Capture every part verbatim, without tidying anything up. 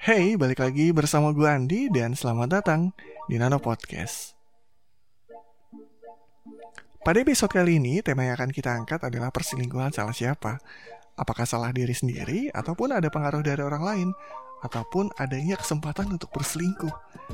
Hey, balik lagi bersama gue Andi dan selamat datang di Nano Podcast. Pada episode kali ini, tema yang akan kita angkat adalah perselingkuhan salah siapa. Apakah salah diri sendiri, ataupun ada pengaruh dari orang lain, ataupun adanya kesempatan untuk berselingkuh.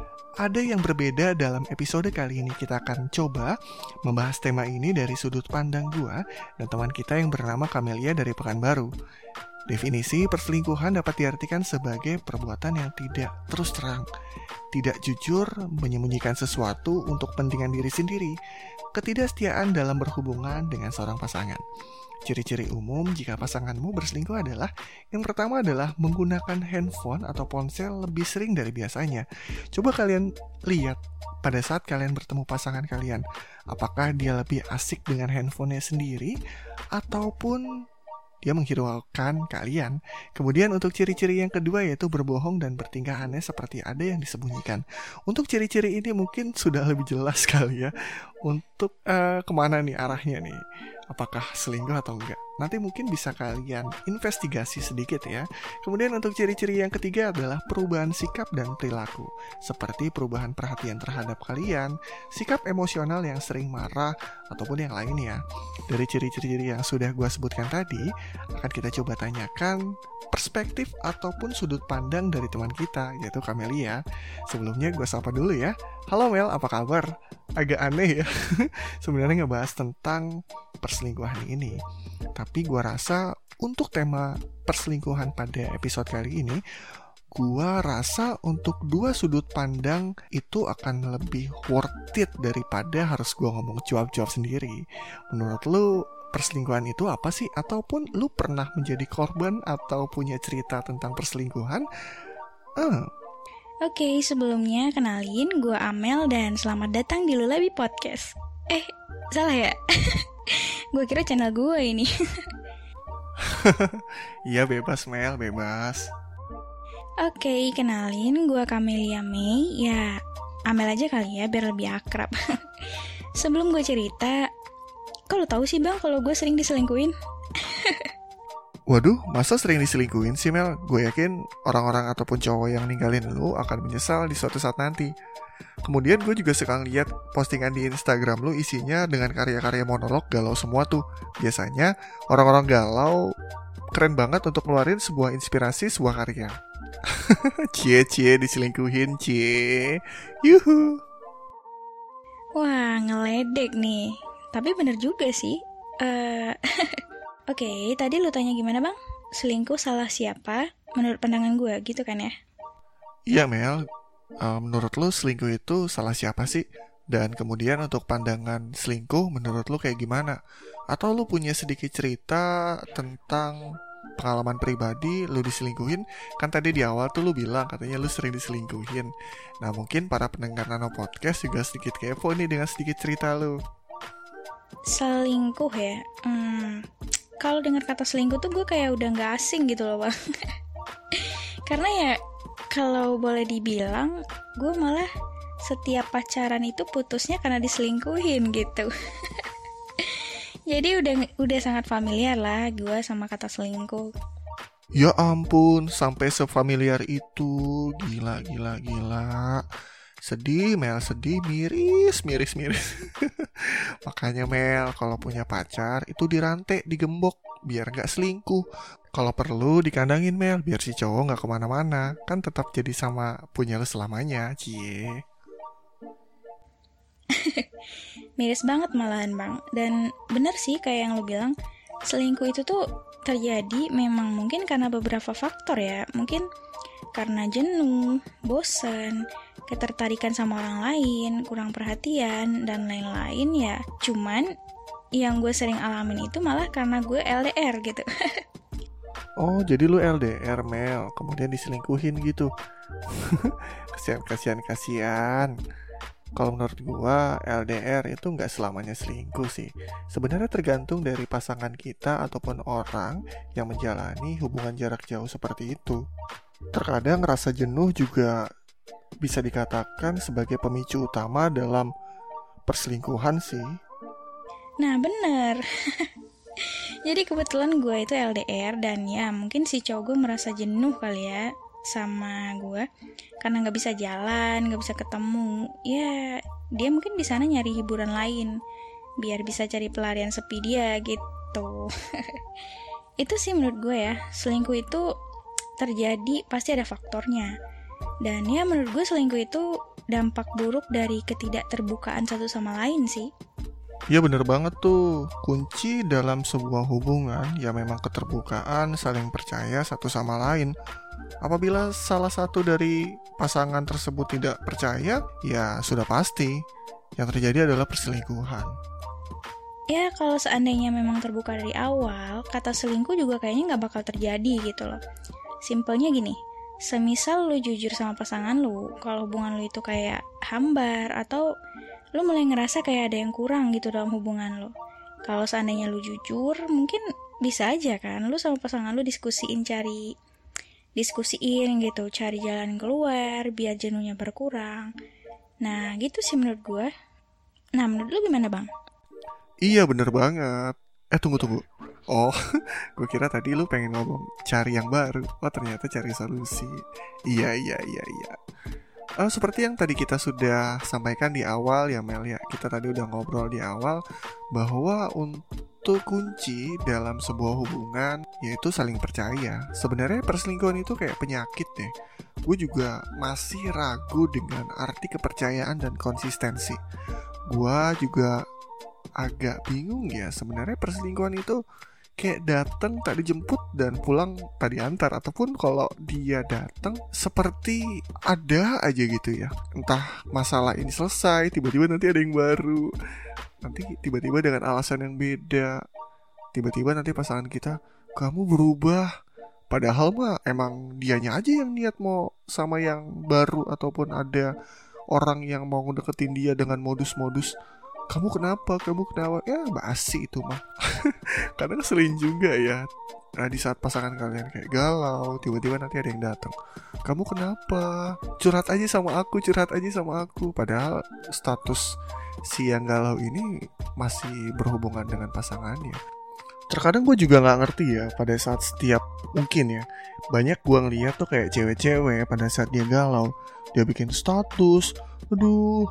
Ada yang berbeda dalam episode kali ini. Kita akan coba membahas tema ini dari sudut pandang gue dan teman kita yang bernama Camelia dari Pekanbaru. Definisi perselingkuhan dapat diartikan sebagai perbuatan yang tidak terus terang, tidak jujur, menyembunyikan sesuatu untuk kepentingan diri sendiri, ketidaksetiaan dalam berhubungan dengan seorang pasangan. Ciri-ciri umum jika pasanganmu berselingkuh adalah, yang pertama adalah menggunakan handphone atau ponsel lebih sering dari biasanya. Coba kalian lihat pada saat kalian bertemu pasangan kalian, apakah dia lebih asik dengan handphonenya sendiri ataupun dia menghiraukan kalian. Kemudian untuk ciri-ciri yang kedua yaitu berbohong dan bertingkah aneh seperti ada yang disembunyikan. Untuk ciri-ciri ini mungkin sudah lebih jelas kali ya. Untuk uh, kemana nih arahnya nih? Apakah selingkuh atau enggak? Nanti mungkin bisa kalian investigasi sedikit ya. Kemudian untuk ciri-ciri yang ketiga adalah perubahan sikap dan perilaku. Seperti perubahan perhatian terhadap kalian, sikap emosional yang sering marah, ataupun yang lainnya. Dari ciri-ciri yang sudah gue sebutkan tadi, akan kita coba tanyakan perspektif ataupun sudut pandang dari teman kita, yaitu Camelia. Sebelumnya gue sapa dulu ya. Halo Mel, apa kabar? Agak aneh ya sebenarnya ngebahas tentang perselingkuhan ini. Tapi gue rasa untuk tema perselingkuhan pada episode kali ini, gue rasa untuk dua sudut pandang itu akan lebih worth it daripada harus gue ngomong cuap-cuap sendiri. Menurut lu perselingkuhan itu apa sih? Ataupun lu pernah menjadi korban atau punya cerita tentang perselingkuhan? Eh, Oke, sebelumnya kenalin, gue Amel dan selamat datang di Lulabi Podcast. Eh, salah ya? Gue kira channel gue ini. Iya bebas Mel, bebas. Oke, kenalin, gue Camelia May. Ya, Amel aja kali ya, biar lebih akrab. Sebelum gue cerita, kok lo tahu sih bang kalau gue sering diselingkuhin? Waduh, masa sering diselingkuhin sih Mel? Gue yakin orang-orang ataupun cowok yang ninggalin lu akan menyesal di suatu saat nanti. Kemudian gue juga suka lihat postingan di Instagram lu isinya dengan karya-karya monolog galau semua tuh. Biasanya orang-orang galau keren banget untuk ngeluarin sebuah inspirasi, sebuah karya. Cie-cie diselingkuhin, cie. Yuhu. Wah, ngeledek nih. Tapi bener juga sih. Eh... Uh... Oke, okay, tadi lu tanya gimana bang? Selingkuh salah siapa? Menurut pandangan gue gitu kan ya? Iya Mel, uh, menurut lu selingkuh itu salah siapa sih? Dan kemudian untuk pandangan selingkuh menurut lu kayak gimana? Atau lu punya sedikit cerita tentang pengalaman pribadi lu diselingkuhin? Kan tadi di awal tuh lu bilang katanya lu sering diselingkuhin. Nah mungkin para pendengar Nano Podcast juga sedikit kepo nih dengan sedikit cerita lu. Selingkuh ya? Hmm... Kalau dengar kata selingkuh tuh gue kayak udah gak asing gitu loh bang. Karena ya kalau boleh dibilang gue malah setiap pacaran itu putusnya karena diselingkuhin gitu. Jadi udah udah sangat familiar lah gue sama kata selingkuh. Ya ampun, sampai sefamiliar itu. Gila, gila, gila. Sedih Mel, sedih, miris, miris, miris. Makanya Mel, kalau punya pacar itu dirantai, digembok, biar gak selingkuh. Kalau perlu dikandangin Mel, biar si cowok gak kemana-mana. Kan tetap jadi sama punya lu selamanya, cie. Miris banget malahan bang. Dan bener sih kayak yang lu bilang, selingkuh itu tuh terjadi memang mungkin karena beberapa faktor ya. Mungkin karena jenuh, bosan, ketertarikan sama orang lain, kurang perhatian, dan lain-lain ya. Cuman yang gue sering alamin itu malah karena gue L D R gitu. Oh, jadi lu L D R Mel, kemudian diselingkuhin gitu. Kasian, kasian, kasian. Kalau menurut gue L D R itu gak selamanya selingkuh sih. Sebenarnya tergantung dari pasangan kita ataupun orang yang menjalani hubungan jarak jauh seperti itu. Terkadang rasa jenuh juga bisa dikatakan sebagai pemicu utama dalam perselingkuhan sih. Nah bener. Jadi kebetulan gue itu L D R dan ya mungkin si cowok gue merasa jenuh kali ya. sama gue karena nggak bisa jalan, nggak bisa ketemu. Ya dia mungkin di sana nyari hiburan lain biar bisa cari pelarian sepi dia gitu. Itu sih menurut gue ya, selingkuh itu terjadi pasti ada faktornya. Dan ya menurut gue selingkuh itu dampak buruk dari ketidakterbukaan satu sama lain sih. Ya bener banget tuh, kunci dalam sebuah hubungan ya memang keterbukaan, saling percaya satu sama lain. Apabila salah satu dari pasangan tersebut tidak percaya, ya sudah pasti yang terjadi adalah perselingkuhan. Ya kalau seandainya memang terbuka dari awal, kata selingkuh juga kayaknya gak bakal terjadi gitu loh. Simpelnya gini, semisal lu jujur sama pasangan lu, kalau hubungan lu itu kayak hambar atau lu mulai ngerasa kayak ada yang kurang gitu dalam hubungan lu. Kalau seandainya lu jujur, mungkin bisa aja kan lu sama pasangan lu diskusiin cari diskusiin gitu, cari jalan keluar biar jenuhnya berkurang. Nah, gitu sih menurut gue. Nah, menurut lu gimana, Bang? Iya bener banget. Eh tunggu tunggu. Oh, gue kira tadi lu pengen ngomong cari yang baru. Oh ternyata cari solusi. Iya iya iya iya. Uh, seperti yang tadi kita sudah sampaikan di awal ya Mel ya. Kita tadi udah ngobrol di awal bahwa untuk kunci dalam sebuah hubungan yaitu saling percaya. Sebenarnya perselingkuhan itu kayak penyakit deh. Gue juga masih ragu dengan arti kepercayaan dan konsistensi. Gue juga agak bingung ya, sebenarnya perselingkuhan itu kayak datang tak dijemput dan pulang tak diantar, ataupun kalau dia datang seperti ada aja gitu ya. Entah masalah ini selesai, tiba-tiba nanti ada yang baru, nanti tiba-tiba dengan alasan yang beda, tiba-tiba nanti pasangan kita, kamu berubah, padahal mah emang dianya aja yang niat mau sama yang baru, ataupun ada orang yang mau deketin dia dengan modus-modus kamu kenapa, kamu kenapa, ya basi itu mah. Kadang ngeselin juga ya. Nah, di saat pasangan kalian kayak galau, tiba-tiba nanti ada yang datang, kamu kenapa, curhat aja sama aku, curhat aja sama aku. Padahal status si yang galau ini masih berhubungan dengan pasangannya. Terkadang gue juga gak ngerti ya, pada saat setiap, mungkin ya, banyak gue ngeliat tuh kayak cewek-cewek pada saat dia galau, dia bikin status, aduh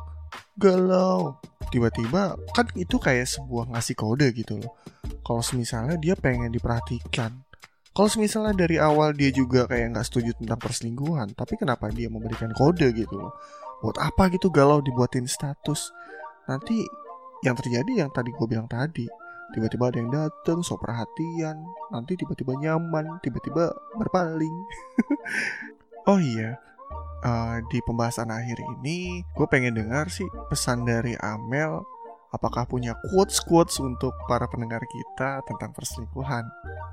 galau, tiba-tiba kan itu kayak sebuah ngasih kode gitu loh. Kalau misalnya dia pengen diperhatikan, kalau misalnya dari awal dia juga kayak gak setuju tentang perselingkuhan, tapi kenapa dia memberikan kode gitu loh? Buat apa gitu galau dibuatin status? Nanti yang terjadi yang tadi gue bilang tadi, tiba-tiba ada yang datang, so perhatian, nanti tiba-tiba nyaman, tiba-tiba berpaling. Oh iya, Uh, di pembahasan akhir ini gue pengen dengar sih pesan dari Amel. Apakah punya quotes-quotes untuk para pendengar kita tentang perselingkuhan?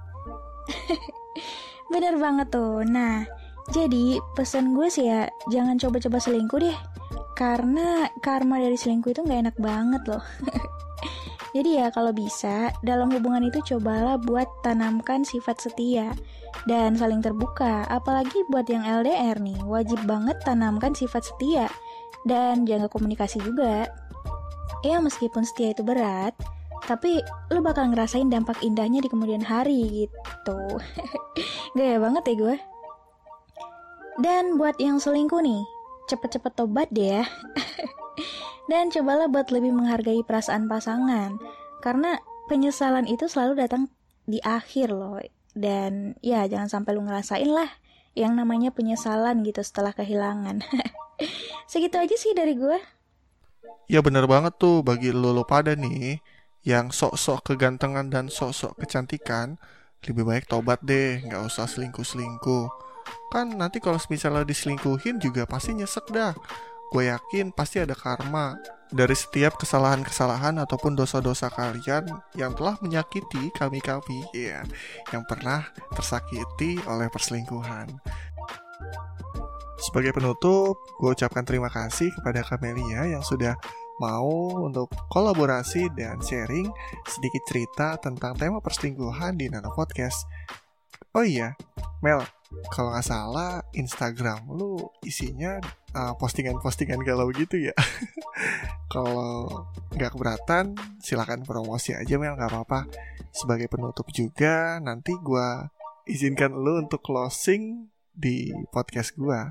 Bener banget tuh. Nah, jadi pesan gue sih ya, jangan coba-coba selingkuh deh, karena karma dari selingkuh itu gak enak banget loh. Jadi ya kalau bisa, dalam hubungan itu cobalah buat tanamkan sifat setia dan saling terbuka. Apalagi buat yang L D R nih, wajib banget tanamkan sifat setia dan jaga komunikasi juga. Ya meskipun setia itu berat, tapi lo bakal ngerasain dampak indahnya di kemudian hari gitu. Gaya banget ya gue. Dan buat yang selingkuh nih, cepet-cepet tobat deh ya. Dan cobalah buat lebih menghargai perasaan pasangan, karena penyesalan itu selalu datang di akhir loh. Dan ya jangan sampai lu ngerasain lah yang namanya penyesalan gitu setelah kehilangan. Segitu aja sih dari gue. Ya bener banget tuh, bagi lo lo pada nih yang sok-sok kegantengan dan sok-sok kecantikan, lebih baik tobat deh, gak usah selingkuh-selingkuh. Kan nanti kalau misalnya diselingkuhin juga pasti nyesek dah. Gue yakin pasti ada karma dari setiap kesalahan-kesalahan ataupun dosa-dosa kalian yang telah menyakiti kami-kami ya, yang pernah tersakiti oleh perselingkuhan. Sebagai penutup, gue ucapkan terima kasih kepada Camelia yang sudah mau untuk kolaborasi dan sharing sedikit cerita tentang tema perselingkuhan di Nano Podcast. Oh iya, Mel, kalau gak salah Instagram lu isinya uh, postingan-postingan galau gitu ya. Kalau gak keberatan silakan promosi aja Mel, gak apa-apa. Sebagai penutup juga nanti gue izinkan lu untuk closing di podcast gue.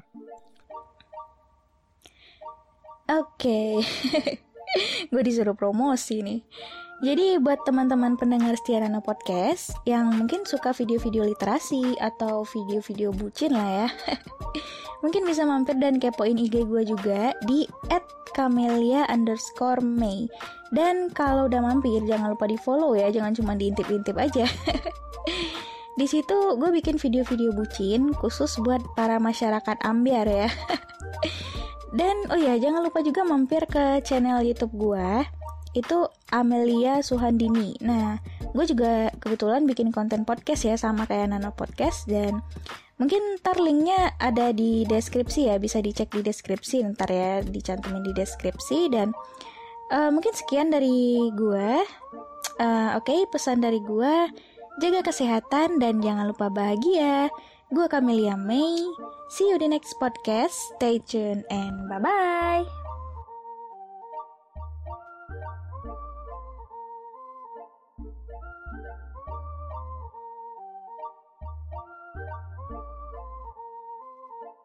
Oke, gue disuruh promosi nih. Jadi buat teman-teman pendengar Setia Nano Podcast yang mungkin suka video-video literasi atau video-video bucin lah ya, mungkin bisa mampir dan kepoin I G gue juga di et kamelia underscore may. Dan kalau udah mampir jangan lupa di follow ya, jangan cuma diintip-intip aja. Di situ gue bikin video-video bucin khusus buat para masyarakat ambyar ya. Dan oh ya, jangan lupa juga mampir ke channel YouTube gue, itu Amelia Suhandini. Nah, gue juga kebetulan bikin konten podcast ya, sama kayak Nano Podcast. Dan mungkin ntar linknya ada di deskripsi ya, bisa dicek di deskripsi, ntar ya dicantumin di deskripsi. Dan uh, mungkin sekian dari gue. uh, Oke, okay, pesan dari gue, jaga kesehatan dan jangan lupa bahagia. Gue Camelia May. See you di next podcast. Stay tuned and bye-bye.